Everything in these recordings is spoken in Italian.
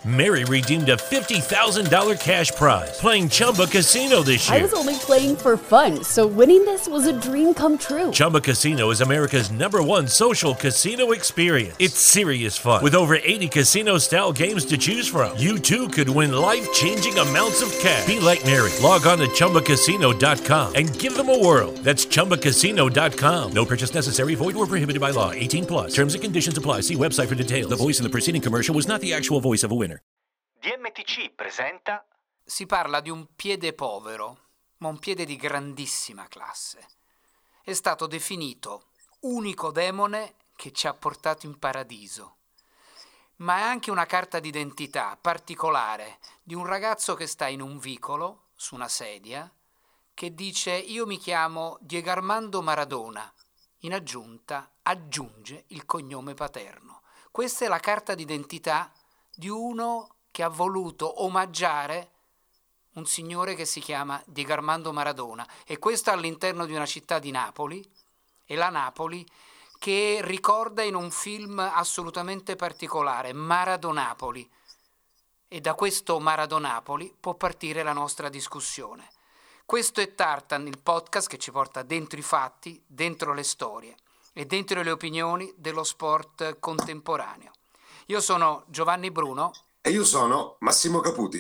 Mary redeemed a $50,000 cash prize playing Chumba Casino this year. I was only playing for fun, so winning this was a dream come true. Chumba Casino is America's #1 social casino experience. It's serious fun. With over 80 casino-style games to choose from, you too could win life-changing amounts of cash. Be like Mary. Log on to ChumbaCasino.com and give them a whirl. That's ChumbaCasino.com. No purchase necessary. Void where prohibited by law. 18+. Terms and conditions apply. See website for details. The voice in the preceding commercial was not the actual voice of a winner. DMTC presenta. Si parla di un piede povero, ma un piede di grandissima classe. È stato definito unico demone che ci ha portato in paradiso. Ma è anche una carta d'identità particolare di un ragazzo che sta in un vicolo, su una sedia, che dice: io mi chiamo Diego Armando Maradona. In aggiunta aggiunge il cognome paterno. Questa è la carta d'identità di uno che ha voluto omaggiare un signore che si chiama Diego Armando Maradona, e questo all'interno di una città di Napoli, e la Napoli che ricorda in un film assolutamente particolare, Maradonapoli, e da questo Maradonapoli può partire la nostra discussione. Questo è Tartan, il podcast che ci porta dentro i fatti, dentro le storie e dentro le opinioni dello sport contemporaneo. Io sono Giovanni Bruno. E io sono Massimo Caputi.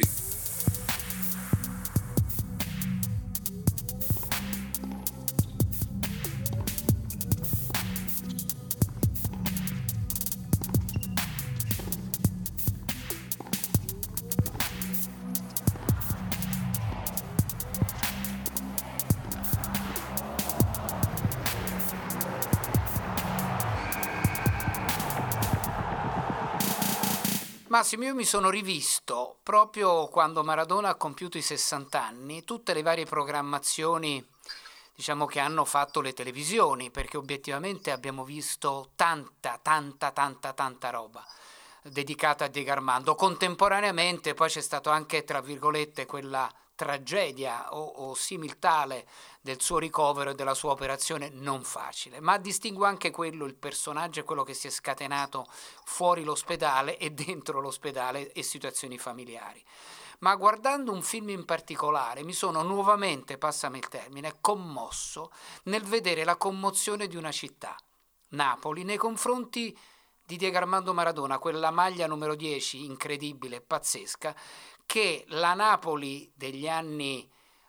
Massimo, io mi sono rivisto proprio quando Maradona ha compiuto i 60 anni, tutte le varie programmazioni, diciamo, che hanno fatto le televisioni, perché obiettivamente abbiamo visto tanta roba dedicata a Diego Armando. Contemporaneamente poi c'è stato anche, tra virgolette, quella tragedia o similtale del suo ricovero e della sua operazione non facile, ma distingo anche quello, il personaggio, è quello che si è scatenato fuori l'ospedale e dentro l'ospedale e situazioni familiari. Ma guardando un film in particolare mi sono nuovamente, passami il termine, commosso nel vedere la commozione di una città, Napoli, nei confronti di Diego Armando Maradona, quella maglia numero 10 incredibile, pazzesca, che la Napoli degli anni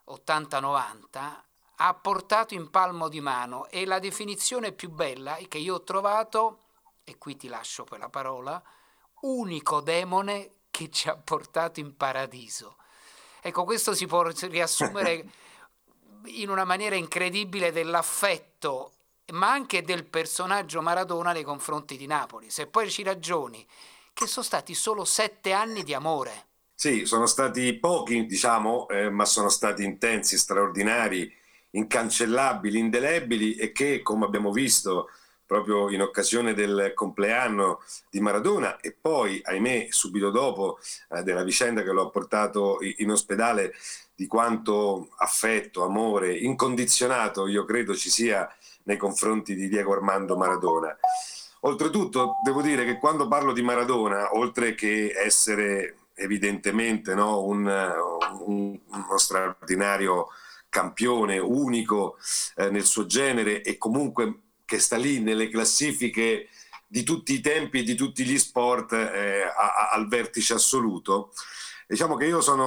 80-90 ha portato in palmo di mano, e la definizione più bella che io ho trovato, e qui ti lascio per la parola, unico demone che ci ha portato in paradiso. Ecco, questo si può riassumere in una maniera incredibile dell'affetto, ma anche del personaggio Maradona nei confronti di Napoli. Se poi ci ragioni che sono stati solo 7 anni di amore. Sì, sono stati pochi, diciamo, ma sono stati intensi, straordinari, incancellabili, indelebili, e che, come abbiamo visto proprio in occasione del compleanno di Maradona, e poi, ahimè, subito dopo della vicenda che lo ha portato in ospedale, di quanto affetto, amore incondizionato io credo ci sia nei confronti di Diego Armando Maradona. Oltretutto, devo dire che quando parlo di Maradona, oltre che essere evidentemente, no, uno straordinario campione, unico nel suo genere, e comunque che sta lì nelle classifiche di tutti i tempi e di tutti gli sport al vertice assoluto, diciamo che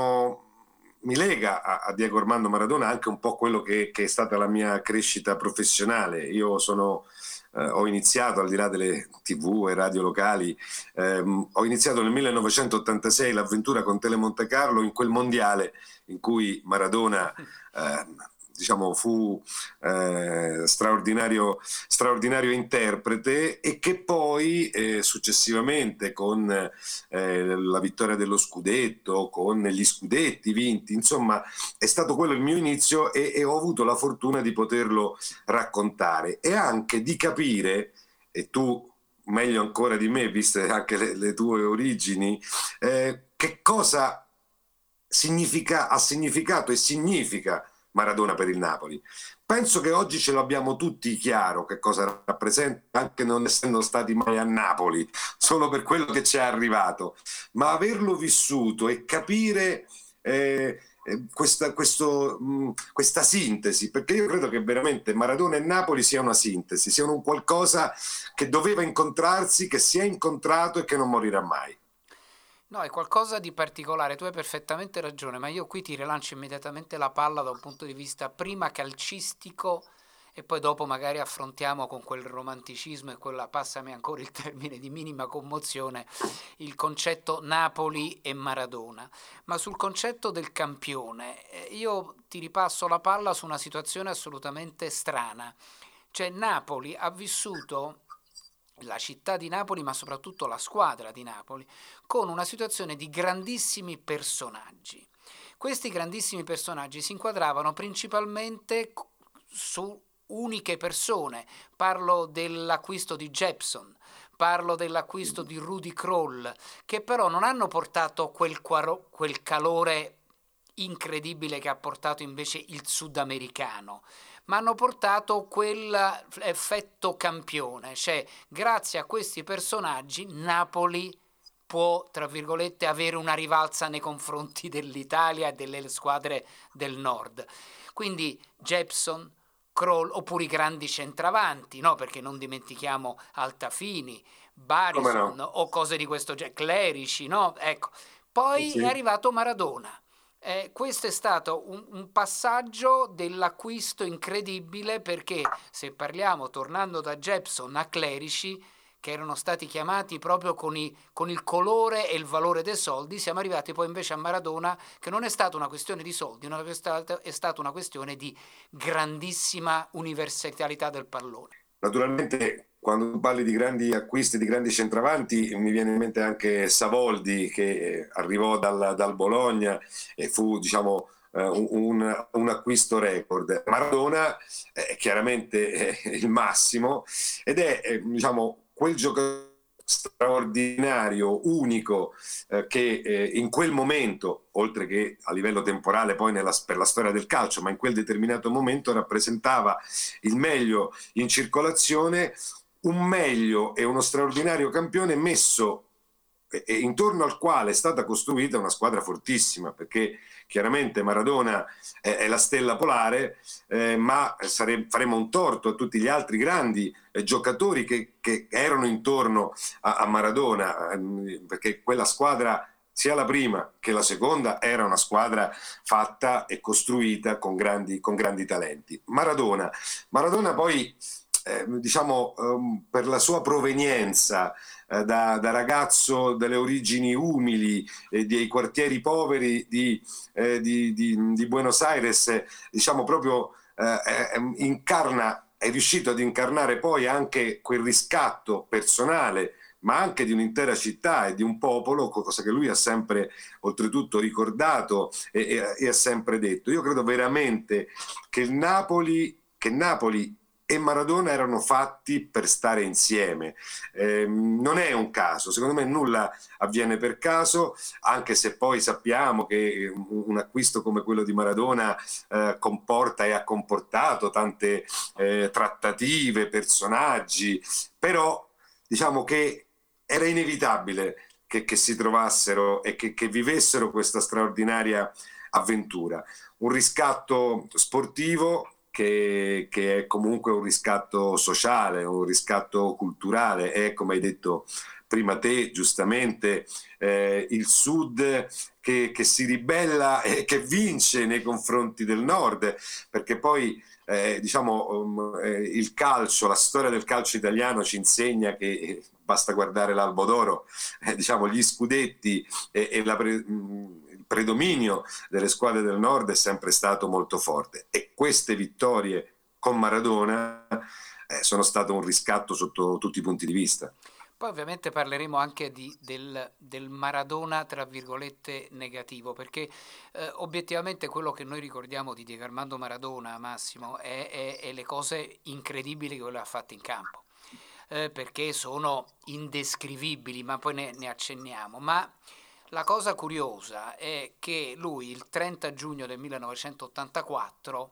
mi lega a Diego Armando Maradona anche un po' quello che è stata la mia crescita professionale. Io ho iniziato, al di là delle TV e radio locali, ho iniziato nel 1986 l'avventura con Tele Monte Carlo, in quel mondiale in cui Maradona diciamo fu straordinario interprete, e che poi successivamente con la vittoria dello scudetto, con gli scudetti vinti, insomma è stato quello il mio inizio, e ho avuto la fortuna di poterlo raccontare e anche di capire, e tu meglio ancora di me, viste anche le tue origini, che cosa ha significato e significa Maradona per il Napoli. penso che oggi ce l'abbiamo tutti chiaro che cosa rappresenta, anche non essendo stati mai a Napoli, solo per quello che ci è arrivato, ma averlo vissuto e capire questa sintesi, perché io credo che veramente Maradona e Napoli sia una sintesi, siano un qualcosa che doveva incontrarsi, che si è incontrato e che non morirà mai. No, è qualcosa di particolare, tu hai perfettamente ragione, ma io qui ti rilancio immediatamente la palla da un punto di vista prima calcistico e poi dopo magari affrontiamo con quel romanticismo e quella, passami ancora il termine di minima commozione, il concetto Napoli e Maradona. Ma sul concetto del campione, io ti ripasso la palla su una situazione assolutamente strana. Cioè Napoli ha vissuto, la città di Napoli, ma soprattutto la squadra di Napoli, con una situazione di grandissimi personaggi. Questi grandissimi personaggi si inquadravano principalmente su uniche persone. Parlo dell'acquisto di Jepson, parlo dell'acquisto di Rudy Kroll, che però non hanno portato quel calore incredibile che ha portato invece il sudamericano, ma hanno portato quell'effetto campione, cioè grazie a questi personaggi Napoli può, tra virgolette, avere una rivalsa nei confronti dell'Italia e delle squadre del nord. Quindi Jepson, Kroll, oppure i grandi centravanti, no? Perché non dimentichiamo Altafini, Barison, No? o cose di questo genere, Clerici, no? Ecco. Poi Sì. è arrivato Maradona. Questo è stato un passaggio dell'acquisto incredibile, perché se parliamo, tornando da Jepson a Clerici, che erano stati chiamati proprio con il colore e il valore dei soldi, siamo arrivati poi invece a Maradona, che non è stata una questione di soldi, è stata una questione di grandissima universalità del pallone. Naturalmente, quando parli di grandi acquisti, di grandi centravanti, mi viene in mente anche Savoldi, che arrivò dal Bologna e fu, diciamo, un acquisto record. Maradona è chiaramente il massimo ed è, diciamo, quel giocatore straordinario, unico, che in quel momento, oltre che a livello temporale poi per la storia del calcio, ma in quel determinato momento rappresentava il meglio in circolazione, un meglio e uno straordinario campione messo intorno al quale è stata costruita una squadra fortissima, perché chiaramente Maradona è la stella polare, ma faremo un torto a tutti gli altri grandi giocatori che erano intorno a Maradona, perché quella squadra, sia la prima che la seconda, era una squadra fatta e costruita con grandi talenti. Maradona poi, diciamo, per la sua provenienza, da ragazzo delle origini umili, dei quartieri poveri di Buenos Aires, diciamo proprio è riuscito ad incarnare poi anche quel riscatto personale, ma anche di un'intera città e di un popolo, cosa che lui ha sempre oltretutto ricordato e ha sempre detto. Io credo veramente che Napoli e Maradona erano fatti per stare insieme. Non è un caso, secondo me nulla avviene per caso, anche se poi sappiamo che un acquisto come quello di Maradona comporta e ha comportato tante trattative, personaggi, però diciamo che era inevitabile che si trovassero e che vivessero questa straordinaria avventura. Un riscatto sportivo che è comunque un riscatto sociale, un riscatto culturale, è, come hai detto prima te, giustamente, il sud che si ribella e che vince nei confronti del nord, perché poi diciamo, il calcio, la storia del calcio italiano ci insegna che basta guardare l'Albo d'Oro, diciamo, gli scudetti e il predominio delle squadre del nord è sempre stato molto forte, e queste vittorie con Maradona sono state un riscatto sotto tutti i punti di vista. Poi ovviamente parleremo anche del Maradona, tra virgolette, negativo, perché obiettivamente quello che noi ricordiamo di Diego Armando Maradona, Massimo, è le cose incredibili che lui ha fatto in campo, perché sono indescrivibili, ma poi ne accenniamo. Ma la cosa curiosa è che lui il 30 giugno del 1984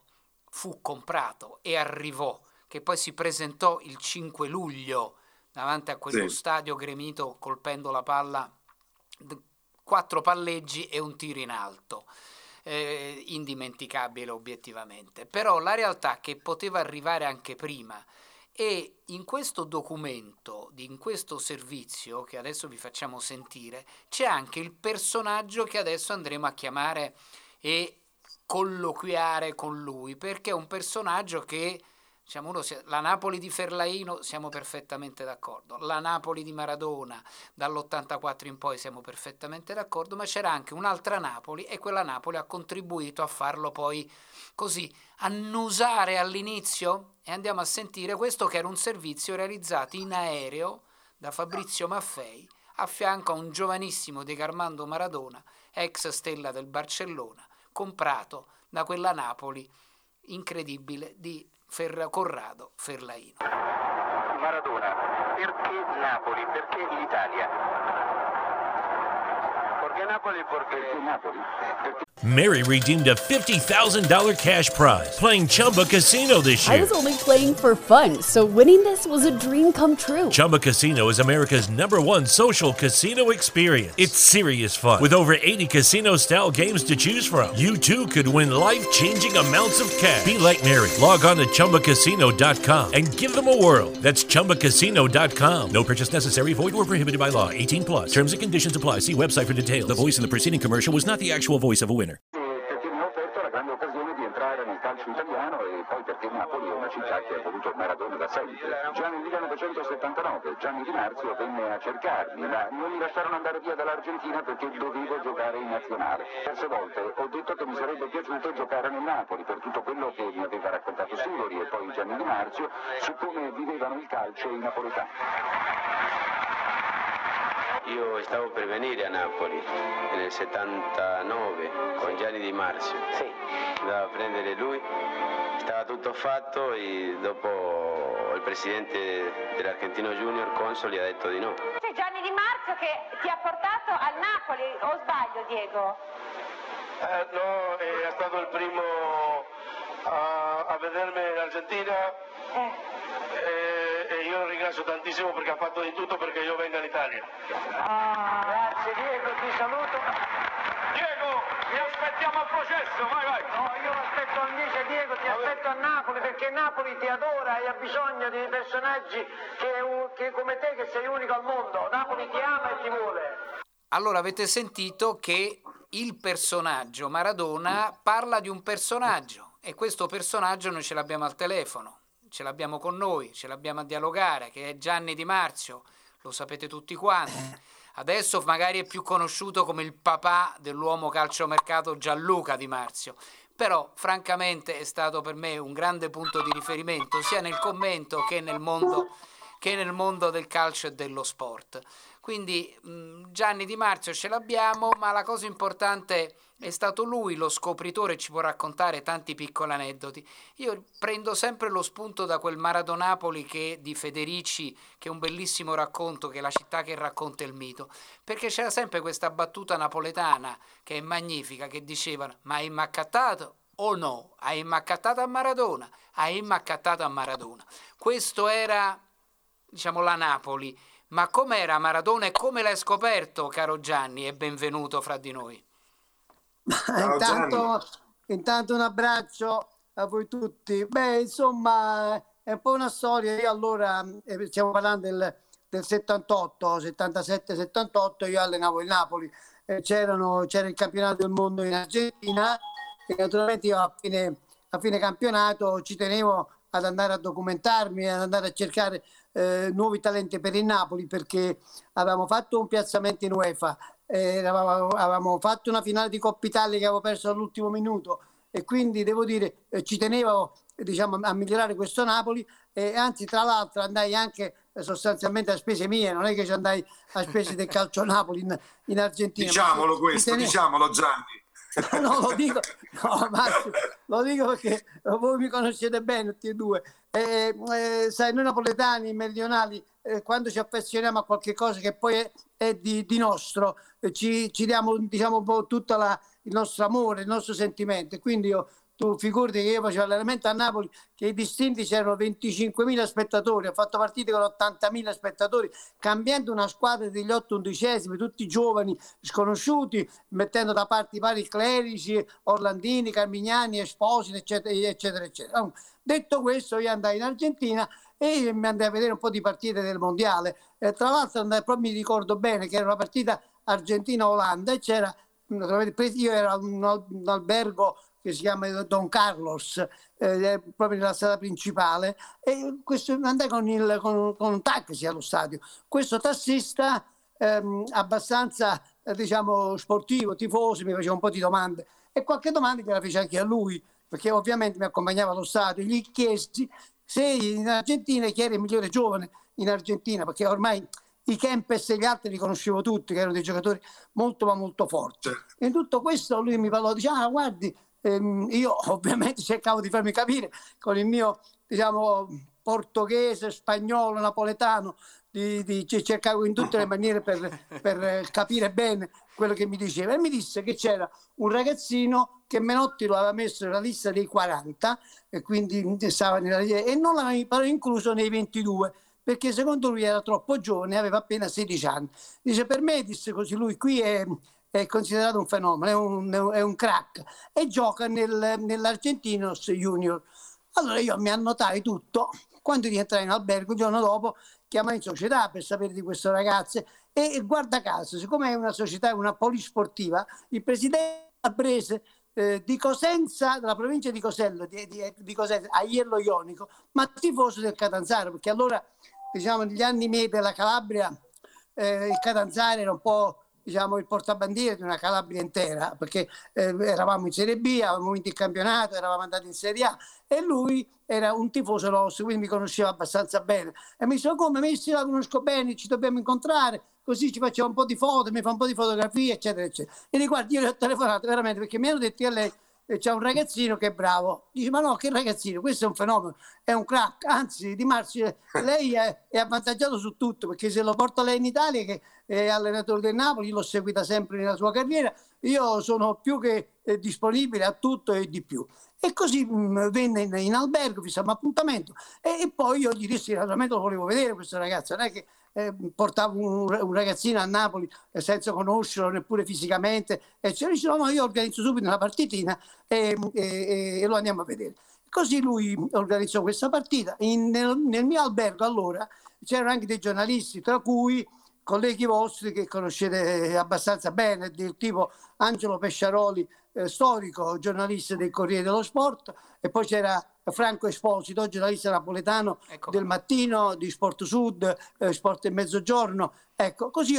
fu comprato e arrivò, che poi si presentò il 5 luglio davanti a quello stadio gremito colpendo la palla, 4 palleggi e un tiro in alto. Indimenticabile obiettivamente, però la realtà è che poteva arrivare anche prima, e in questo documento, in questo servizio che adesso vi facciamo sentire, c'è anche il personaggio che adesso andremo a chiamare e colloquiare con lui, perché è un personaggio che, diciamo, la Napoli di Ferlaino siamo perfettamente d'accordo, la Napoli di Maradona dall'84 in poi siamo perfettamente d'accordo, ma c'era anche un'altra Napoli, e quella Napoli ha contribuito a farlo poi così annusare all'inizio. E andiamo a sentire questo, che era un servizio realizzato in aereo da Fabrizio Maffei a fianco a un giovanissimo Diego Armando Maradona, ex stella del Barcellona, comprato da quella Napoli incredibile di Corrado Ferlaino. Maradona, perché Napoli? Perché l'Italia? Perché Napoli? Perché Napoli? Mary redeemed a $50,000 cash prize playing Chumba Casino this I year. was only playing for fun, so winning this was a dream come true. Chumba Casino is America's #1 social casino experience. It's serious fun. With over 80 casino-style games to choose from, you too could win life-changing amounts of cash. Be like Mary. Log on to ChumbaCasino.com and give them a whirl. That's ChumbaCasino.com. No purchase necessary. Void or prohibited by law. 18 plus. Terms and conditions apply. See website for details. The voice in the preceding commercial was not the actual voice of a winner. Perché mi ha offerto la grande occasione di entrare nel calcio italiano, e poi perché Napoli è una città che ha voluto Maradona da sempre. Già nel 1979 Gianni Di Marzio venne a cercarmi, ma non mi lasciarono andare via dall'Argentina perché dovevo giocare in nazionale. Diverse volte ho detto che mi sarebbe piaciuto giocare nel Napoli per tutto quello che mi aveva raccontato Sivori e poi Gianni Di Marzio su come vivevano il calcio i napoletani. Io stavo per venire a Napoli nel 79 con Gianni Di Marzio. Sì. Andavo a prendere lui, stava tutto fatto e dopo il presidente dell'Argentino Junior, Consoli, ha detto di no. C'è Gianni Di Marzio che ti ha portato al Napoli, o sbaglio Diego? No, è stato il primo a vedermi in Argentina. E io lo ringrazio tantissimo perché ha fatto di tutto perché io venga in Italia. Grazie Diego, ti saluto. Diego, ti aspettiamo al processo, vai. No, io aspetto invece Diego, ti aspetto a Napoli perché Napoli ti adora e ha bisogno di personaggi che come te, che sei unico al mondo. Napoli ti ama e ti vuole. Allora, avete sentito che il personaggio Maradona parla di un personaggio, e questo personaggio noi ce l'abbiamo al telefono, ce l'abbiamo con noi, ce l'abbiamo a dialogare, che è Gianni Di Marzio, lo sapete tutti quanti. Adesso magari è più conosciuto come il papà dell'uomo calciomercato Gianluca Di Marzio, però francamente è stato per me un grande punto di riferimento sia nel commento che nel mondo del calcio e dello sport. Quindi Gianni Di Marzio ce l'abbiamo, ma la cosa importante è stato lui lo scopritore, ci può raccontare tanti piccoli aneddoti. Io prendo sempre lo spunto da quel Maradonapoli di Federici, che è un bellissimo racconto, che è la città che racconta il mito, perché c'era sempre questa battuta napoletana che è magnifica, che dicevano: ma hai maccattato o no? Hai maccattato a Maradona? Hai maccattato a Maradona. Questo era, diciamo, la Napoli. Ma com'era Maradona e come l'hai scoperto, caro Gianni, e benvenuto fra di noi? Intanto un abbraccio a voi tutti. Beh, insomma, è un po' una storia. Io allora, stiamo parlando del 78, 77, 78, io allenavo il Napoli. C'era il campionato del mondo in Argentina e naturalmente io a fine campionato ci tenevo ad andare a documentarmi, ad andare a cercare nuovi talenti per il Napoli, perché avevamo fatto un piazzamento in UEFA, avevamo fatto una finale di Coppa Italia che avevo perso all'ultimo minuto, e quindi devo dire ci tenevo, diciamo, a migliorare questo Napoli, e anzi tra l'altro andai anche sostanzialmente a spese mie, non è che ci andai a spese del calcio Napoli in Argentina. Diciamolo questo, diciamolo Gianni. No, lo dico perché voi mi conoscete bene tutti e due. Sai, noi napoletani meridionali, quando ci affezioniamo a qualche cosa che poi è di nostro, ci diamo, diciamo, un po' tutto il nostro amore, il nostro sentimento. E quindi io Tu figurati che io facevo allenamento a Napoli, che i distinti c'erano 25.000 spettatori, ho fatto partite con 80.000 spettatori, cambiando una squadra degli 8-11esimi, tutti giovani, sconosciuti, mettendo da parte i vari Clerici, Orlandini, Carmignani, Esposito, eccetera, eccetera, eccetera. Detto questo, io andai in Argentina e mi andai a vedere un po' di partite del mondiale. Tra l'altro proprio mi ricordo bene che era una partita Argentina-Olanda e c'era, io ero in un albergo che si chiama Don Carlos, proprio nella strada principale, e andai con un taxi allo stadio. Questo tassista abbastanza diciamo sportivo, tifoso, mi faceva un po' di domande e qualche domanda gliela fece anche a lui, perché ovviamente mi accompagnava allo stadio. Gli chiesi se in Argentina chi era il migliore giovane in Argentina, perché ormai i Kempes e gli altri li conoscevo tutti, che erano dei giocatori molto ma molto forti. E in tutto questo lui mi parlò, diceva, guardi, io ovviamente cercavo di farmi capire con il mio, diciamo, portoghese, spagnolo, napoletano, cercavo in tutte le maniere per capire bene quello che mi diceva, e mi disse che c'era un ragazzino che Menotti lo aveva messo nella lista dei 40 e quindi stava e non l'aveva però incluso nei 22 perché secondo lui era troppo giovane, aveva appena 16 anni. Dice, per me, disse così, lui qui è considerato un fenomeno, è un crack e gioca nell'Argentinos Junior. Allora io mi annotai tutto, quando rientrai in albergo il giorno dopo chiamai in società per sapere di questo ragazzo e guarda caso, siccome è una società, una polisportiva, il presidente Abrese di Cosenza, della provincia di Cosenza, di Cosenza, Aiello Ionico, ma tifoso del Catanzaro, perché allora, diciamo, negli anni miei della Calabria, il Catanzaro era un po', diciamo, il portabandiera di una Calabria intera, perché eravamo in Serie B, avevamo vinto il campionato, eravamo andati in Serie A e lui era un tifoso rosso, quindi mi conosceva abbastanza bene. E mi diceva, come Messi la conosco bene, ci dobbiamo incontrare, così ci facciamo un po' di foto, mi fa un po' di fotografie, eccetera, eccetera. E riguardo, io le ho telefonato veramente perché mi hanno detto a lei, c'è un ragazzino che è bravo. Dice, ma no, che ragazzino, questo è un fenomeno, è un crack, anzi Di Marzio, lei è avvantaggiato su tutto, perché se lo porta lei in Italia, che è allenatore del Napoli, l'ho seguita sempre nella sua carriera, io sono più che disponibile a tutto e di più. E così venne in albergo, fissavo un appuntamento e poi io gli dissi, naturalmente lo volevo vedere questo ragazzo, non è che portavo un ragazzino a Napoli senza conoscerlo neppure fisicamente, e ci dice, no, io organizzo subito una partitina e lo andiamo a vedere. Così lui organizzò questa partita. Nel mio albergo allora c'erano anche dei giornalisti, tra cui colleghi vostri che conoscete abbastanza bene, del tipo Angelo Pesciaroli, storico giornalista del Corriere dello Sport, e poi c'era Franco Esposito, giornalista napoletano del Mattino, di Sport Sud, Sport del Mezzogiorno. Ecco, così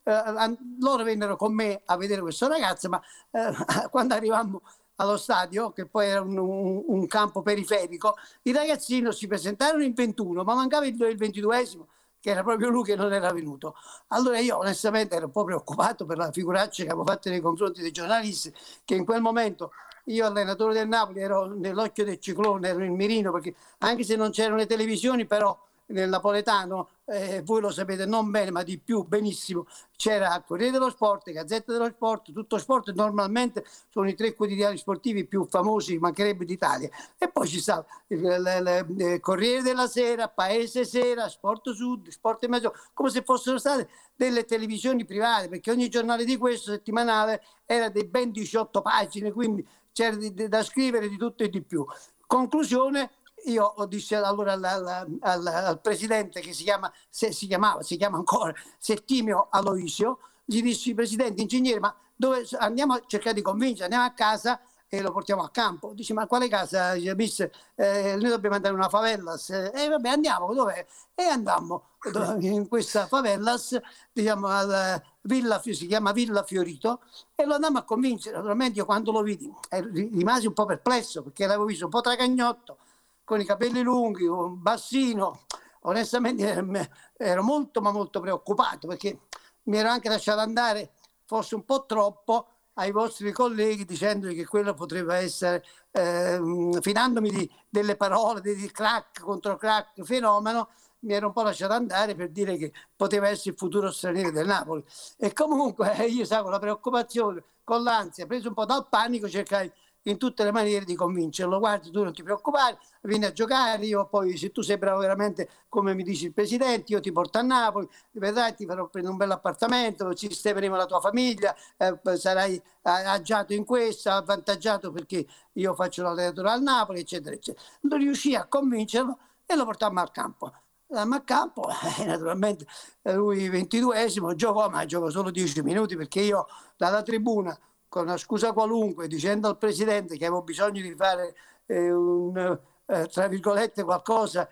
loro vennero con me a vedere questo ragazzo, ma quando arrivammo allo stadio, che poi era un campo periferico, i ragazzini si presentarono in 21, ma mancava il 22esimo, che era proprio lui che non era venuto. Allora io onestamente ero un po' preoccupato per la figuraccia che avevo fatto nei confronti dei giornalisti, che in quel momento io, allenatore del Napoli, ero nell'occhio del ciclone, ero in mirino, perché anche se non c'erano le televisioni, però nel napoletano, voi lo sapete non bene ma di più benissimo, c'era Corriere dello Sport, Gazzetta dello Sport, Tutto Sport, normalmente sono i 3 quotidiani sportivi più famosi, mancherebbe d'Italia, e poi ci sta il Corriere della Sera, Paese Sera, Sport Sud, Sport e Mezzo, come se fossero state delle televisioni private, perché ogni giornale di questo settimanale era di ben 18 pagine, quindi c'era da scrivere di tutto e di più. Conclusione, io dissi allora al presidente, che si chiama ancora Settimio Aloisio, gli dissi, presidente, ingegnere, ma dove andiamo a cercare di convincere, andiamo a casa e lo portiamo a campo. Dice, ma quale casa? Dice, mister, noi dobbiamo andare in una favelas. E vabbè, andiamo, dov'è? E andammo in questa favelas, diciamo, si chiama Villa Fiorito, e lo andammo a convincere. Naturalmente io quando lo vidi rimasi un po' perplesso, perché l'avevo visto un po' tracagnotto, con i capelli lunghi, un bassino. Onestamente ero molto ma molto preoccupato, perché mi ero anche lasciato andare forse un po' troppo ai vostri colleghi dicendo che quello potrebbe essere, fidandomi delle parole di crack contro crack, fenomeno, mi ero un po' lasciato andare per dire che poteva essere il futuro straniero del Napoli. E comunque io, con la preoccupazione, con l'ansia, preso un po' dal panico, cercai in tutte le maniere di convincerlo. Guarda, tu non ti preoccupare, vieni a giocare, io poi se tu sei bravo veramente come mi dice il presidente, io ti porto a Napoli, vedrai, ti farò prendere un bel appartamento, ci sistemeremo la tua famiglia, sarai agiato in questo, avvantaggiato perché io faccio l'allenatore al Napoli, eccetera, eccetera. Non riuscì a convincerlo e lo portammo al campo. A campo, naturalmente lui 22esimo giocò, ma giocò solo 10 minuti perché io dalla tribuna con una scusa qualunque dicendo al presidente che avevo bisogno di fare tra virgolette qualcosa,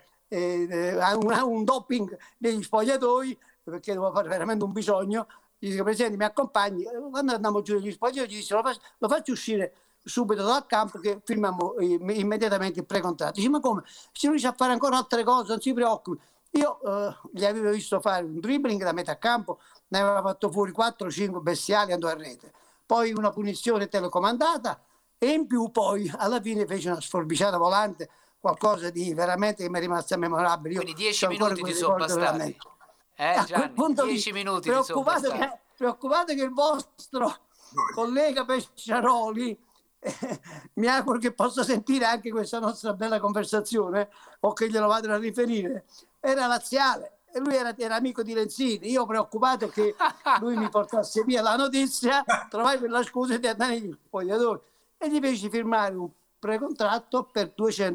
un doping degli spogliatoi perché dovevo fare veramente un bisogno, gli dico presidente mi accompagni, quando andiamo giù negli spogliatoi gli disse lo faccio uscire subito dal campo che firmiamo immediatamente il precontratto. Dice ma come? Si riesce a fare ancora altre cose, non si preoccupi. Io gli avevo visto fare un dribbling da metà campo, ne aveva fatto fuori 4-5 bestiali, andò a rete. Poi una punizione telecomandata e in più poi alla fine fece una sforbiciata volante, qualcosa di veramente che mi è rimasta memorabile. Quindi 10 minuti ti sono bastati. Gianni, 10 minuti ti sono bastati. Preoccupato che il vostro collega Pesciaroli mi auguro che possa sentire anche questa nostra bella conversazione o che glielo vadano a riferire, era laziale e lui era amico di Lenzini. Io preoccupato che lui mi portasse via la notizia trovai quella scusa di andare negli spogliatori e gli feci firmare un precontratto per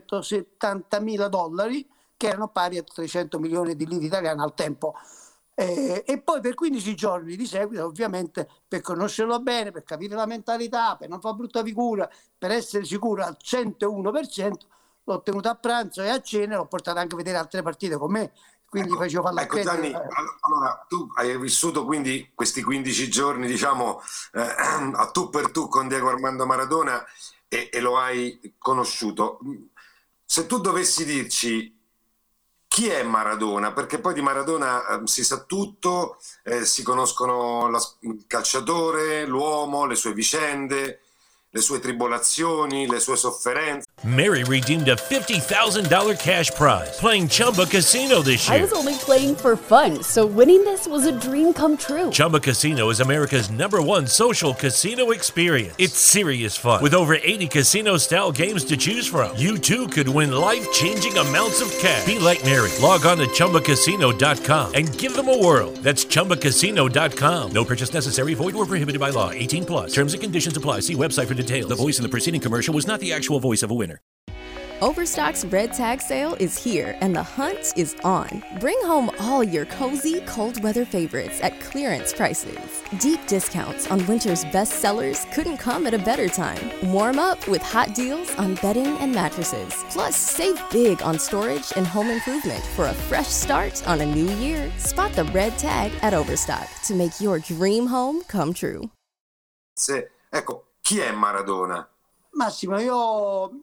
$270.000 che erano pari a 300 milioni di lire italiane al tempo. E poi per 15 giorni di seguito, ovviamente, per conoscerlo bene, per capire la mentalità, per non fare brutta figura, per essere sicuro al 101%, l'ho tenuto a pranzo e a cena, l'ho portato anche a vedere altre partite con me, quindi facevo fare la Gianni, allora tu hai vissuto quindi questi 15 giorni, diciamo, a tu per tu con Diego Armando Maradona e lo hai conosciuto. Se tu dovessi dirci chi è Maradona? Perché poi di Maradona si sa tutto, si conoscono il calciatore, l'uomo, le sue vicende, le sue tribolazioni, le sue sofferenze. Mary redeemed a $50,000 cash prize playing Chumba Casino this year. I was only playing for fun, so winning this was a dream come true. Chumba Casino is America's #1 social casino experience. It's serious fun. With over 80 casino-style games to choose from, you too could win life-changing amounts of cash. Be like Mary. Log on to ChumbaCasino.com and give them a whirl. That's ChumbaCasino.com. No purchase necessary. Void where prohibited by law. 18+. Terms and conditions apply. See website for details. The voice in the preceding commercial was not the actual voice of a winner. Overstock's Red Tag Sale is here and the hunt is on. Bring home all your cozy, cold weather favorites at clearance prices. Deep discounts on winter's best sellers couldn't come at a better time. Warm up with hot deals on bedding and mattresses. Plus, save big on storage and home improvement for a fresh start on a new year. Spot the Red Tag at Overstock to make your dream home come true. Ecco, chi è Maradona? Massimo, io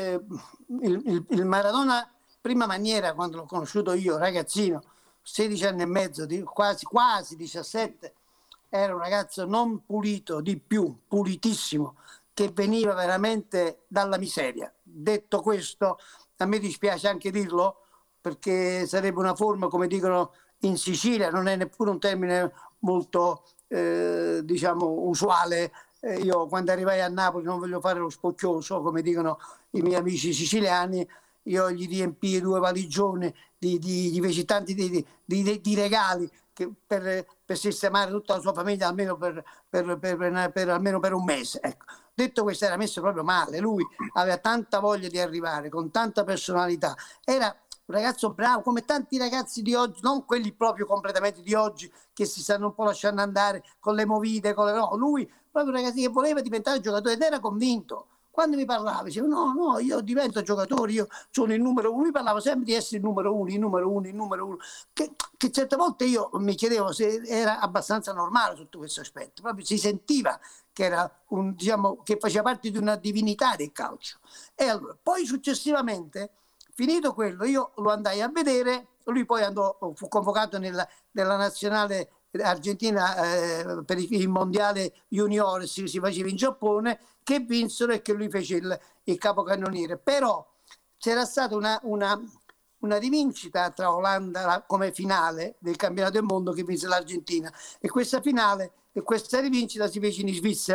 il Maradona prima maniera, quando l'ho conosciuto io ragazzino, 16 anni e mezzo, quasi 17, era un ragazzo non pulito, di più, pulitissimo, che veniva veramente dalla miseria. Detto questo, a me dispiace anche dirlo, perché sarebbe una forma, come dicono in Sicilia, non è neppure un termine molto diciamo usuale. Io quando arrivai a Napoli, non voglio fare lo spocchioso, come dicono i miei amici siciliani, io gli riempii 2 valigioni di feci tanti di regali che per sistemare tutta la sua famiglia almeno per almeno per un mese. Ecco. Detto questo, era messo proprio male. Lui aveva tanta voglia di arrivare, con tanta personalità. Era un ragazzo bravo, come tanti ragazzi di oggi, non quelli proprio completamente di oggi, che si stanno un po' lasciando andare con le movide, no, lui proprio un ragazzo che voleva diventare giocatore ed era convinto. Quando mi parlava, diceva no, io divento giocatore, io sono il numero 1. Lui parlava sempre di essere il numero 1, il numero 1, che certe volte io mi chiedevo se era abbastanza normale sotto questo aspetto. Proprio si sentiva che era che faceva parte di una divinità del calcio. E allora, poi successivamente, finito quello, io lo andai a vedere, lui poi fu convocato nella nazionale argentina per il mondiale juniores che si faceva in Giappone, che vinsero e che lui fece il capocannoniere. Però c'era stata una rivincita tra Olanda come finale del campionato del mondo che vinse l'Argentina, e questa finale e questa rivincita si fece in Svizzera,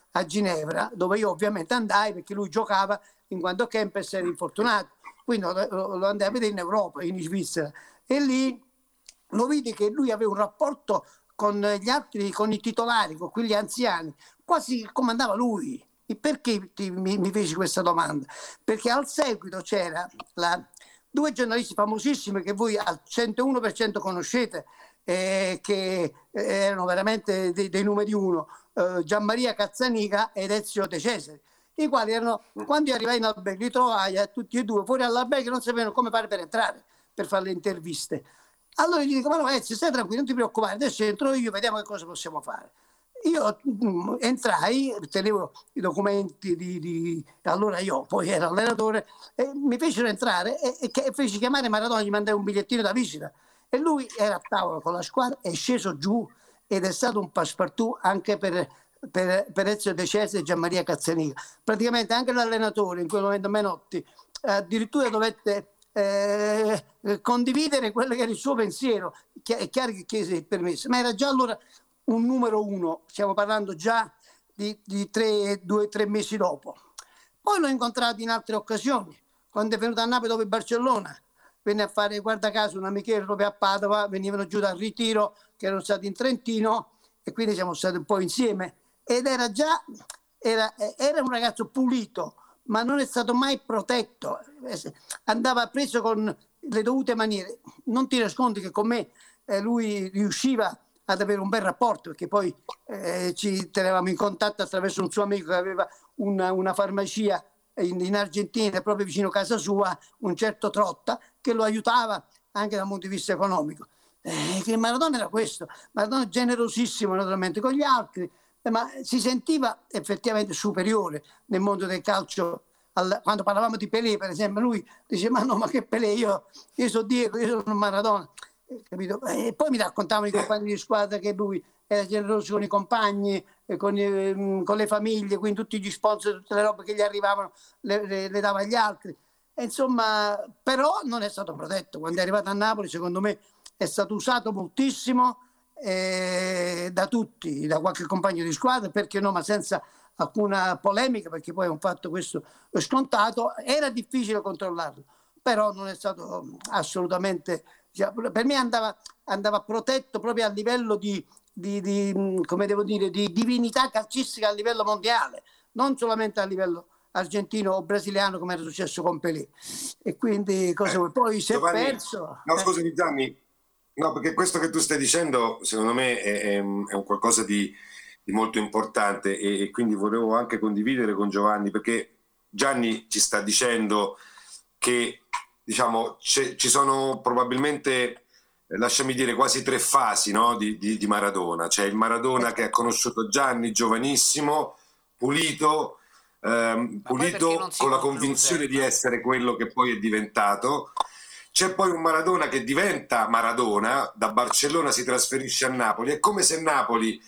a Ginevra, dove io ovviamente andai perché lui giocava in quanto Kempes era infortunato, quindi lo andai a vedere in Europa, in Svizzera, e lì lo vidi che lui aveva un rapporto con gli altri, con i titolari, con quegli anziani, quasi comandava lui. E perché mi feci questa domanda? Perché al seguito c'era due giornalisti famosissimi che voi al 101% conoscete, che erano veramente dei numeri uno, Gianmaria Cazzaniga ed Ezio De Cesare, i quali erano, quando io arrivai in albergo, li trovai a tutti e due fuori all'albergo che non sapevano come fare per entrare, per fare le interviste. Allora gli dico, ma no, Ezio, stai tranquillo, non ti preoccupare, adesso entro io, vediamo che cosa possiamo fare. Io entrai, tenevo i documenti allora io poi ero allenatore, e mi fecero entrare e feci chiamare Maradona, gli mandai un bigliettino da visita e lui era a tavola con la squadra, è sceso giù ed è stato un passepartout anche per Ezio De Cesare e Gianmaria Cazzaniga. Praticamente anche l'allenatore, in quel momento Menotti, addirittura dovette condividere quello che era il suo pensiero. È chiaro che chiese il permesso, ma era già allora un numero uno, stiamo parlando già di 2 o 3 mesi dopo. Poi l'ho incontrato in altre occasioni, quando è venuto a Napoli dopo il Barcellona, venne a fare, guarda caso, un amichevole proprio a Padova, venivano giù dal ritiro, che erano stati in Trentino, e quindi siamo stati un po' insieme, ed era un ragazzo pulito, ma non è stato mai protetto, andava preso con le dovute maniere. Non ti nascondi che con me lui riusciva ad avere un bel rapporto, perché poi ci tenevamo in contatto attraverso un suo amico che aveva una farmacia in Argentina, proprio vicino a casa sua, un certo Trotta, che lo aiutava anche dal punto di vista economico. Che Maradona era questo, Maradona generosissimo naturalmente con gli altri, ma si sentiva effettivamente superiore nel mondo del calcio. Quando parlavamo di Pelé, per esempio, lui dice, ma no, ma che Pelé, io sono Diego, io sono Maradona. Capito? E poi mi raccontavano i compagni di squadra che lui era generoso con i compagni, con le famiglie, quindi tutti gli sponsor, tutte le robe che gli arrivavano le dava agli altri. E insomma, però non è stato protetto. Quando è arrivato a Napoli, secondo me, è stato usato moltissimo da tutti, da qualche compagno di squadra, perché no, ma senza alcuna polemica, perché poi è un fatto questo scontato. Era difficile controllarlo, però non è stato assolutamente... Per me andava protetto proprio a livello di come devo dire, di divinità calcistica a livello mondiale, non solamente a livello argentino o brasiliano come era successo con Pelé. E quindi poi si è perso. No, scusami Gianni, no, perché questo che tu stai dicendo secondo me è un qualcosa di molto importante e quindi volevo anche condividere con Giovanni, perché Gianni ci sta dicendo che diciamo ci sono probabilmente, lasciami dire, quasi 3 fasi, no, di Maradona. C'è il Maradona che ha conosciuto Gianni giovanissimo, pulito con la convinzione di essere quello che poi è diventato. C'è poi un Maradona che diventa Maradona, da Barcellona si trasferisce a Napoli, è come se Napoli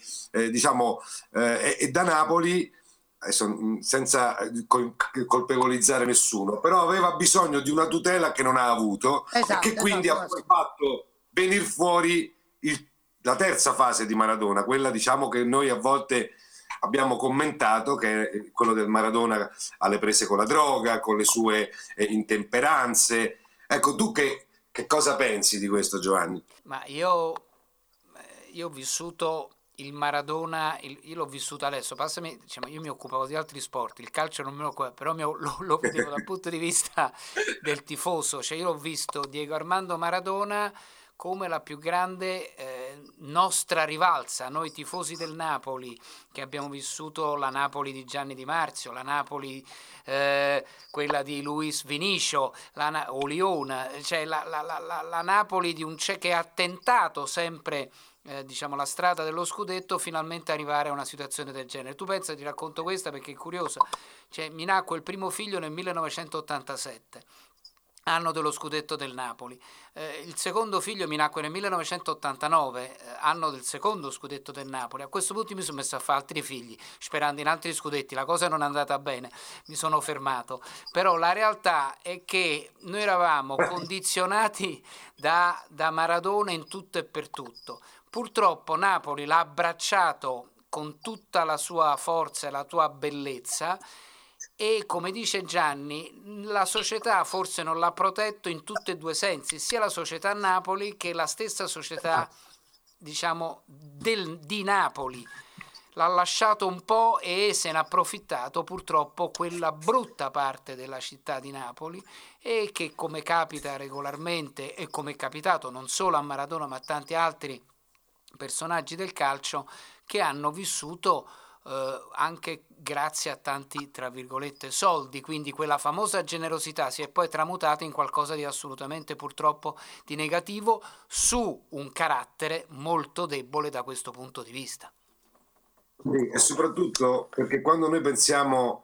e da Napoli, senza colpevolizzare nessuno, però aveva bisogno di una tutela che non ha avuto, e che quindi ha fatto venire fuori la terza fase di Maradona, quella diciamo che noi a volte abbiamo commentato, che è quello del Maradona alle prese con la droga, con le sue intemperanze. Ecco, tu che cosa pensi di questo, Giovanni? Ma io ho vissuto il Maradona, io l'ho vissuto adesso, passami, diciamo, io mi occupavo di altri sport, il calcio non me lo occupavo, però lo vedevo dal punto di vista del tifoso, cioè io l'ho visto Diego Armando Maradona come la più grande nostra rivalsa, noi tifosi del Napoli, che abbiamo vissuto la Napoli di Gianni Di Marzio, la Napoli quella di Luis Vinicio, o Lione, cioè la Napoli di che ha tentato sempre diciamo la strada dello scudetto, finalmente arrivare a una situazione del genere. Tu pensa, ti racconto questa perché è curiosa, cioè mi nacque il primo figlio nel 1987, anno dello scudetto del Napoli. Il secondo figlio mi nacque nel 1989, anno del secondo scudetto del Napoli. A questo punto mi sono messo a fare altri figli, sperando in altri scudetti. La cosa non è andata bene, mi sono fermato. Però la realtà è che noi eravamo condizionati da Maradona in tutto e per tutto. Purtroppo Napoli l'ha abbracciato con tutta la sua forza e la tua bellezza, e come dice Gianni, la società forse non l'ha protetto in tutti e due i sensi, sia la società Napoli che la stessa società, diciamo, di Napoli. L'ha lasciato un po' e se n'è approfittato purtroppo quella brutta parte della città di Napoli, e che, come capita regolarmente e come è capitato non solo a Maradona ma a tanti altri personaggi del calcio, che hanno vissuto anche grazie a tanti, tra virgolette, soldi, quindi quella famosa generosità si è poi tramutata in qualcosa di assolutamente, purtroppo, di negativo su un carattere molto debole da questo punto di vista. Sì, e soprattutto perché quando noi pensiamo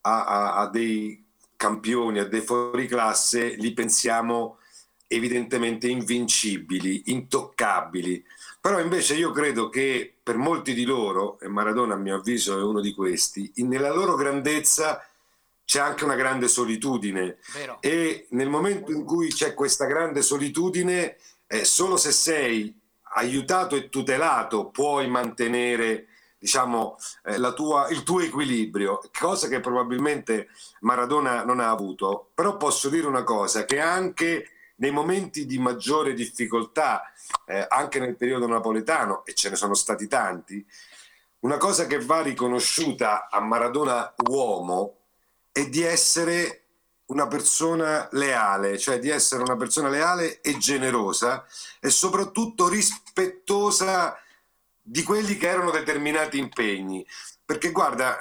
a dei campioni, a dei fuoriclasse, li pensiamo evidentemente invincibili, intoccabili. Però invece io credo che per molti di loro, e Maradona a mio avviso è uno di questi, nella loro grandezza c'è anche una grande solitudine. Vero. E nel momento in cui c'è questa grande solitudine, solo se sei aiutato e tutelato puoi mantenere, diciamo, il tuo equilibrio, cosa che probabilmente Maradona non ha avuto. Però posso dire una cosa, che anche nei momenti di maggiore difficoltà, anche nel periodo napoletano, e ce ne sono stati tanti, una cosa che va riconosciuta a Maradona uomo è di essere una persona leale, cioè di essere una persona leale e generosa e soprattutto rispettosa di quelli che erano determinati impegni. Perché guarda,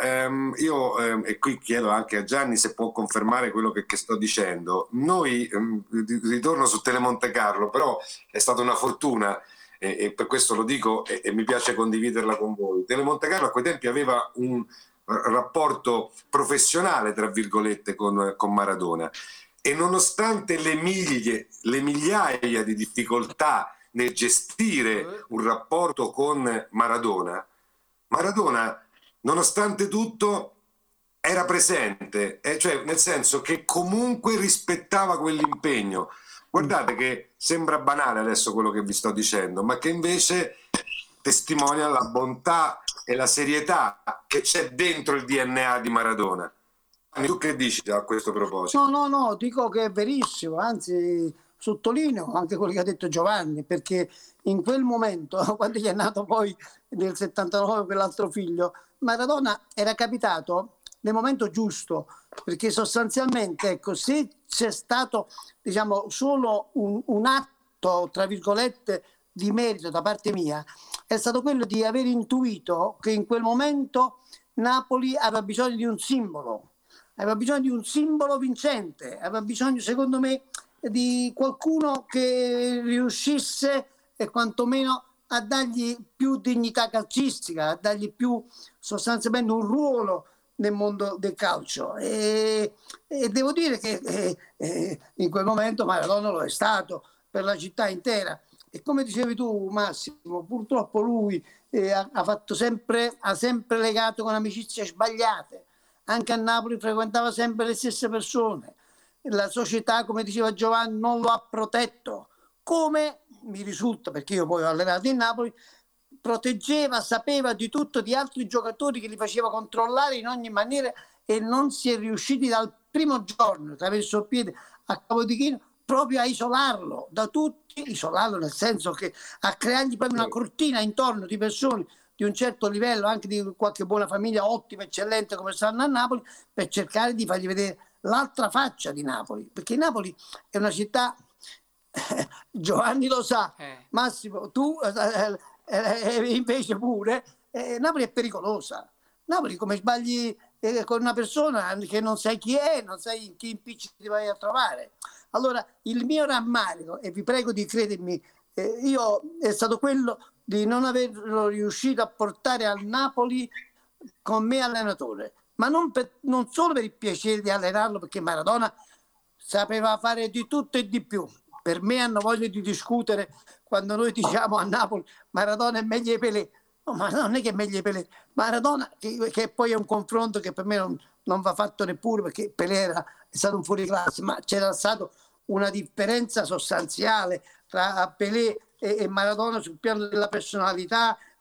io e qui chiedo anche a Gianni se può confermare quello che sto dicendo. Noi, ritorno su Telemonte Carlo, però è stata una fortuna e per questo lo dico e mi piace condividerla con voi. Telemonte Carlo a quei tempi aveva un rapporto professionale, tra virgolette, con Maradona, e nonostante le migliaia di difficoltà nel gestire un rapporto con Maradona, nonostante tutto, era presente, cioè nel senso che comunque rispettava quell'impegno. Guardate che sembra banale adesso quello che vi sto dicendo, ma che invece testimonia la bontà e la serietà che c'è dentro il DNA di Maradona. Tu che dici a questo proposito? No, dico che è verissimo, anzi sottolineo anche quello che ha detto Giovanni, perché in quel momento, quando gli è nato poi nel 79 quell'altro figlio, Maradona era capitato nel momento giusto, perché sostanzialmente, ecco, se c'è stato, diciamo, solo un atto, tra virgolette, di merito da parte mia, è stato quello di aver intuito che in quel momento Napoli aveva bisogno di un simbolo vincente, aveva bisogno, secondo me, di qualcuno che riuscisse quantomeno a dargli più dignità calcistica, a dargli più sostanzialmente un ruolo nel mondo del calcio, e devo dire che in quel momento Maradona lo è stato per la città intera. E come dicevi tu, Massimo, purtroppo lui ha sempre legato con amicizie sbagliate. Anche a Napoli frequentava sempre le stesse persone. La società, come diceva Giovanni, non lo ha protetto. Come mi risulta, perché io poi ho allenato in Napoli, proteggeva, sapeva di tutto di altri giocatori che li faceva controllare in ogni maniera, e non si è riusciti dal primo giorno, attraverso il piede a Capodichino, proprio a isolarlo da tutti, isolarlo nel senso che a creargli proprio una cortina intorno di persone di un certo livello, anche di qualche buona famiglia ottima, eccellente come stanno a Napoli, per cercare di fargli vedere l'altra faccia di Napoli, perché Napoli è una città, Giovanni lo sa, Massimo, tu invece pure, Napoli è pericolosa. Napoli, come sbagli con una persona che non sai chi è, non sai in che impicci ti vai a trovare. Allora, il mio rammarico, e vi prego di credermi, io è stato quello di non averlo riuscito a portare al Napoli con me allenatore, ma non solo per il piacere di allenarlo, perché Maradona sapeva fare di tutto e di più. Per me hanno voglia di discutere quando noi diciamo a Napoli Maradona è meglio di Pelé. No, ma non è che è meglio di Pelé. Maradona, che poi è un confronto che per me non va fatto neppure, perché Pelé è stato un fuoriclasse, ma c'era stata una differenza sostanziale tra Pelé e Maradona sul piano della personalità,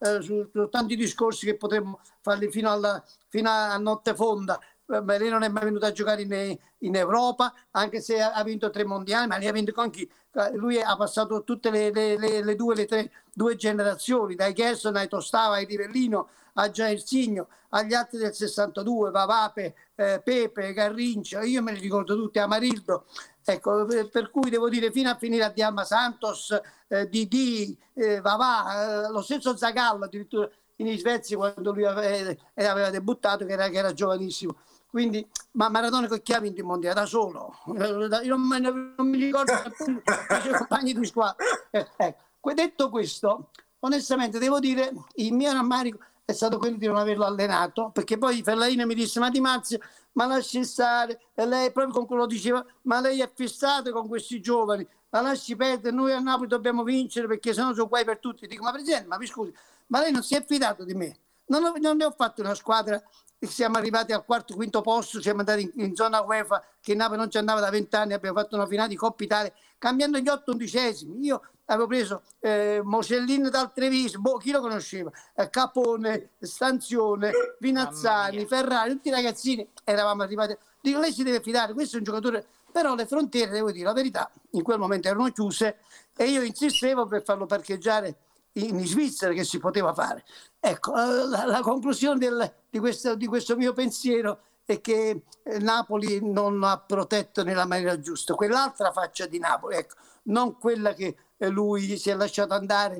su tanti discorsi che potremmo farli fino a notte fonda. Lei non è mai venuto a giocare in Europa, anche se ha vinto 3 mondiali, ma ne ha vinto anche lui. Ha passato tutte le due generazioni, dai Gerson ai Tostava, ai Rivellino, a Jairzinho, agli altri del 62, Vavape, Pepe, Garrincha, io me li ricordo tutti, Amarildo. Ecco, per cui devo dire, fino a finire a Diama Santos, Didi, Vavà, lo stesso Zagallo addirittura in Svezia quando lui aveva debuttato, che era giovanissimo. Quindi, ma Maradona che ha vinto il mondiale da solo, io non mi ricordo i suoi compagni di squadra. Detto questo, onestamente devo dire, il mio rammarico è stato quello di non averlo allenato, perché poi Fellaini mi disse: ma Di Marzio, ma lasci stare, e lei proprio con quello diceva: ma lei è fissato con questi giovani, la lasci perdere, noi a Napoli dobbiamo vincere perché sennò sono guai per tutti. Dico: ma Presidente, ma mi scusi, ma lei non si è fidato di me? Non ne ho fatto una squadra, siamo arrivati al quarto, quinto posto, siamo andati in zona UEFA, che il Napoli non ci andava da 20 anni, abbiamo fatto una finale di Coppa Italia, cambiando gli 8 undicesimi. Io avevo preso Mosellin dal Treviso, chi lo conosceva? Capone, Stanzione, Vinazzani, Ferrari, tutti i ragazzini, eravamo arrivati. Dico: lei si deve fidare, questo è un giocatore. Però le frontiere, devo dire la verità, in quel momento erano chiuse e io insistevo per farlo parcheggiare in Svizzera, che si poteva fare. Ecco, la conclusione di questo mio pensiero è che Napoli non ha protetto nella maniera giusta quell'altra faccia di Napoli, ecco, non quella che lui si è lasciato andare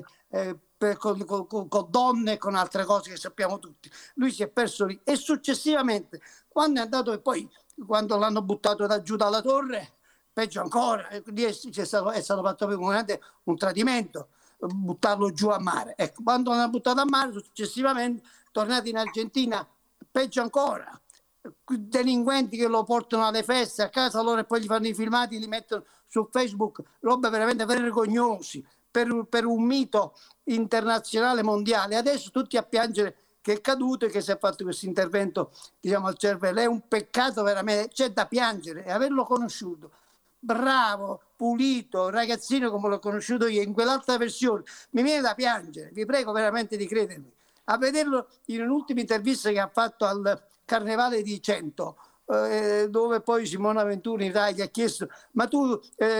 con donne e con altre cose che sappiamo tutti. Lui si è perso lì e successivamente, quando è andato, e poi quando l'hanno buttato da giù dalla torre, peggio ancora, è stato fatto un tradimento, buttarlo giù a mare. Ecco, quando l'hanno buttato a mare, successivamente tornati in Argentina, peggio ancora, delinquenti che lo portano alle feste a casa loro e poi gli fanno i filmati, li mettono su Facebook, roba veramente vergognosi per un mito internazionale mondiale. Adesso tutti a piangere che è caduto e che si è fatto questo intervento, diciamo, al cervello. È un peccato veramente, c'è da piangere, e averlo conosciuto bravo, pulito, ragazzino come l'ho conosciuto io in quell'altra versione, mi viene da piangere. Vi prego veramente di credermi. A vederlo in un'ultima intervista che ha fatto al Carnevale di Cento, dove poi Simona Ventura in Rai gli ha chiesto: ma tu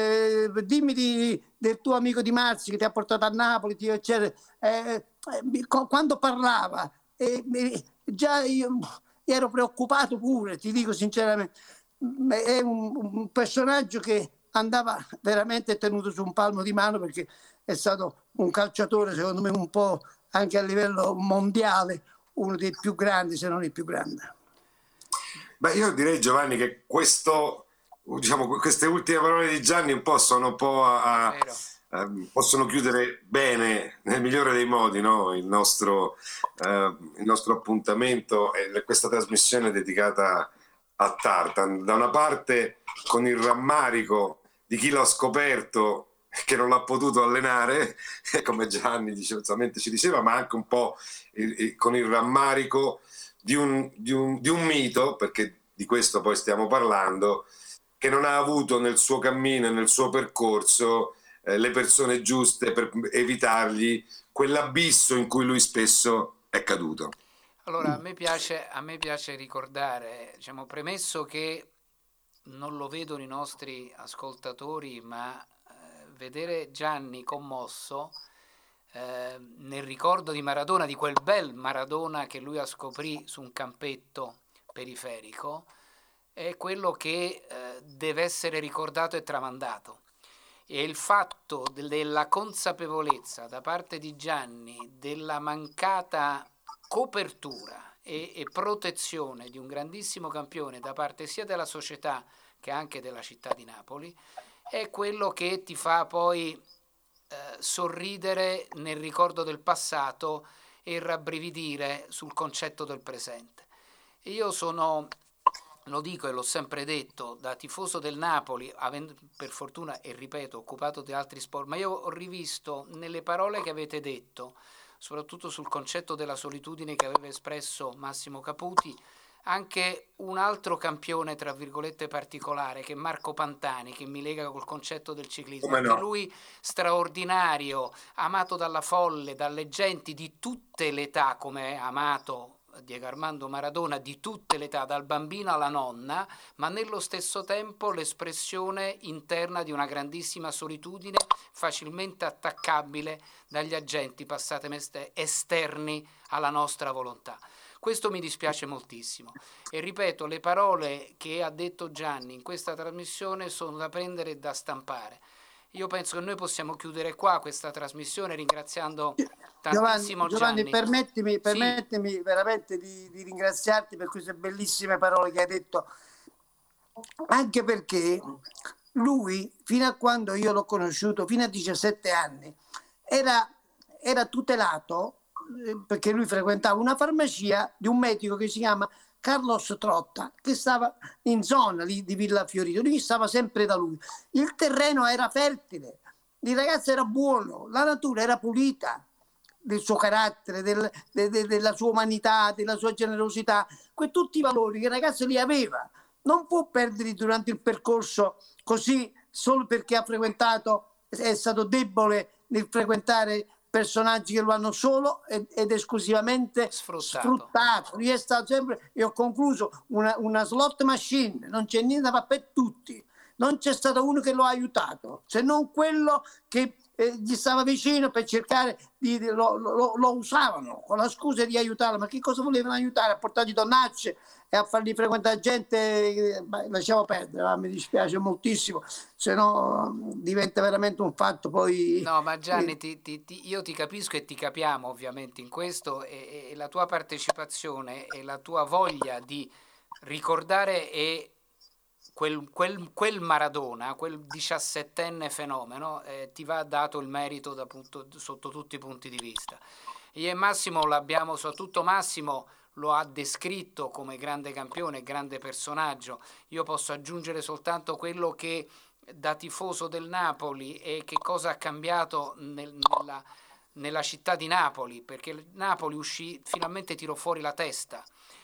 dimmi del tuo amico Di Marzio che ti ha portato a Napoli, eccetera. Quando parlava, già io ero preoccupato pure, ti dico sinceramente. È un personaggio che andava veramente tenuto su un palmo di mano, perché è stato un calciatore, secondo me, un po' anche a livello mondiale, uno dei più grandi, se non il più grande. Beh, io direi, Giovanni, che queste ultime parole di Gianni un po' sono un po' possono chiudere bene, nel migliore dei modi, no? il nostro appuntamento e questa trasmissione dedicata a Tartan. Da una parte con il rammarico di chi l'ha scoperto che non l'ha potuto allenare, come Gianni giustamente ci diceva, ma anche un po' con il rammarico di un mito, perché di questo poi stiamo parlando, che non ha avuto nel suo cammino e nel suo percorso le persone giuste per evitargli quell'abisso in cui lui spesso è caduto. Allora, a me piace ricordare, diciamo, premesso che non lo vedono i nostri ascoltatori, ma vedere Gianni commosso nel ricordo di Maradona, di quel bel Maradona che lui scoprì su un campetto periferico, è quello che deve essere ricordato e tramandato. E il fatto della consapevolezza da parte di Gianni della mancata copertura e protezione di un grandissimo campione da parte sia della società che anche della città di Napoli è quello che ti fa poi sorridere nel ricordo del passato e rabbrividire sul concetto del presente. E io sono, lo dico e l'ho sempre detto, da tifoso del Napoli, avendo per fortuna, e ripeto, occupato di altri sport, ma io ho rivisto nelle parole che avete detto soprattutto sul concetto della solitudine che aveva espresso Massimo Caputi, anche un altro campione, tra virgolette, particolare, che è Marco Pantani, che mi lega col concetto del ciclismo. Come no? Anche lui straordinario, amato dalla folle, dalle genti di tutte le età, come è amato Diego Armando Maradona, di tutte le età, dal bambino alla nonna, ma nello stesso tempo l'espressione interna di una grandissima solitudine, facilmente attaccabile dagli agenti, passatemi, esterni alla nostra volontà. Questo mi dispiace moltissimo e ripeto, le parole che ha detto Gianni in questa trasmissione sono da prendere e da stampare. Io penso che noi possiamo chiudere qua questa trasmissione ringraziando tantissimo Giovanni, Gianni. permettimi veramente di ringraziarti per queste bellissime parole che hai detto, anche perché lui, fino a quando io l'ho conosciuto, fino a 17 anni, era tutelato, perché lui frequentava una farmacia di un medico che si chiama Carlos Trotta, che stava in zona lì di Villa Fiorito. Lui stava sempre da lui. Il terreno era fertile, il ragazzo era buono, la natura era pulita, del suo carattere, della sua umanità, della sua generosità, tutti i valori che il ragazzo li aveva. Non può perderli durante il percorso così solo perché ha frequentato, è stato debole nel frequentare personaggi che lo hanno solo ed esclusivamente sfruttato. Lui è stato sempre, e ho concluso, una slot machine, non c'è niente da fare per tutti, non c'è stato uno che lo ha aiutato, se non quello che gli stava vicino per cercare lo usavano con la scusa di aiutarlo, ma che cosa volevano aiutare? A portargli donnacce e a fargli frequentare gente. Lasciamo perdere, mi dispiace moltissimo, se no diventa veramente un fatto poi. No, ma Gianni, io ti capisco e ti capiamo ovviamente in questo, e la tua partecipazione e la tua voglia di ricordare quel Maradona, quel 17enne fenomeno, ti va dato il merito sotto tutti i punti di vista. Io e Massimo l'abbiamo, soprattutto Massimo lo ha descritto come grande campione, grande personaggio. Io posso aggiungere soltanto quello che da tifoso del Napoli e che cosa ha cambiato nella città di Napoli, perché il Napoli finalmente tirò fuori la testa.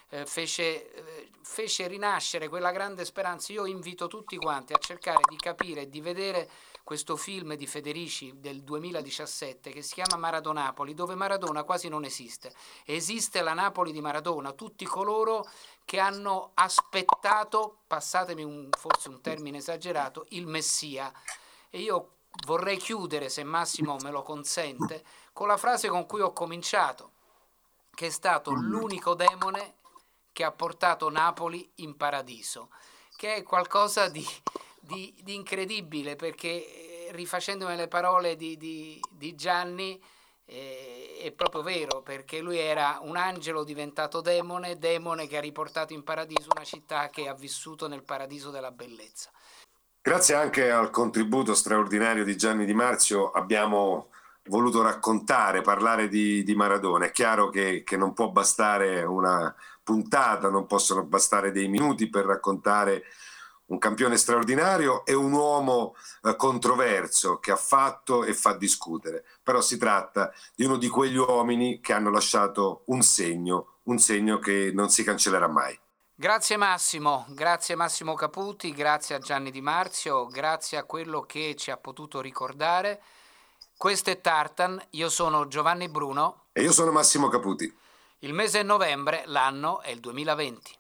Fece rinascere quella grande speranza. Io invito tutti quanti a cercare di capire e di vedere questo film di Federici del 2017 che si chiama Maradonapoli, dove Maradona quasi non esiste. Esiste la Napoli di Maradona, tutti coloro che hanno aspettato, passatemi forse un termine esagerato, il Messia. E io vorrei chiudere, se Massimo me lo consente, con la frase con cui ho cominciato, che è stato l'unico demone che ha portato Napoli in paradiso, che è qualcosa di incredibile, perché rifacendomi le parole di Gianni è proprio vero, perché lui era un angelo diventato demone che ha riportato in paradiso una città che ha vissuto nel paradiso della bellezza. Grazie anche al contributo straordinario di Gianni Di Marzio abbiamo voluto parlare di Maradona. È chiaro che non può bastare una puntata, non possono bastare dei minuti per raccontare un campione straordinario e un uomo controverso che ha fatto e fa discutere. Però si tratta di uno di quegli uomini che hanno lasciato un segno che non si cancellerà mai. Grazie Massimo Caputi, grazie a Gianni Di Marzio, grazie a quello che ci ha potuto ricordare. Questo è Tartan, io sono Giovanni Bruno. E io sono Massimo Caputi. Il mese è novembre, l'anno è il 2020.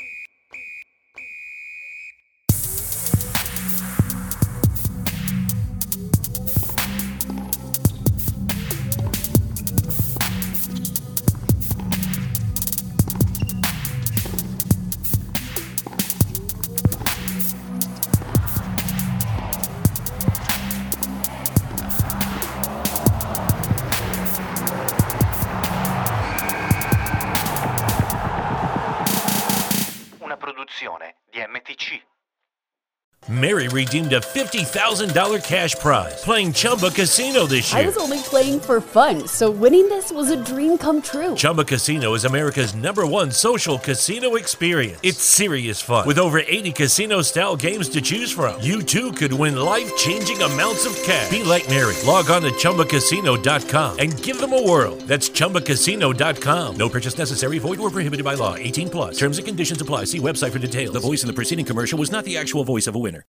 Di MTC. Mary redeemed a $50,000 cash prize playing Chumba Casino this year. I was only playing for fun, so winning this was a dream come true. Chumba Casino is America's #1 social casino experience. It's serious fun. With over 80 casino-style games to choose from, you too could win life-changing amounts of cash. Be like Mary. Log on to ChumbaCasino.com and give them a whirl. That's ChumbaCasino.com. No purchase necessary. Void where prohibited by law. 18+. Terms and conditions apply. See website for details. The voice in the preceding commercial was not the actual voice of a winner.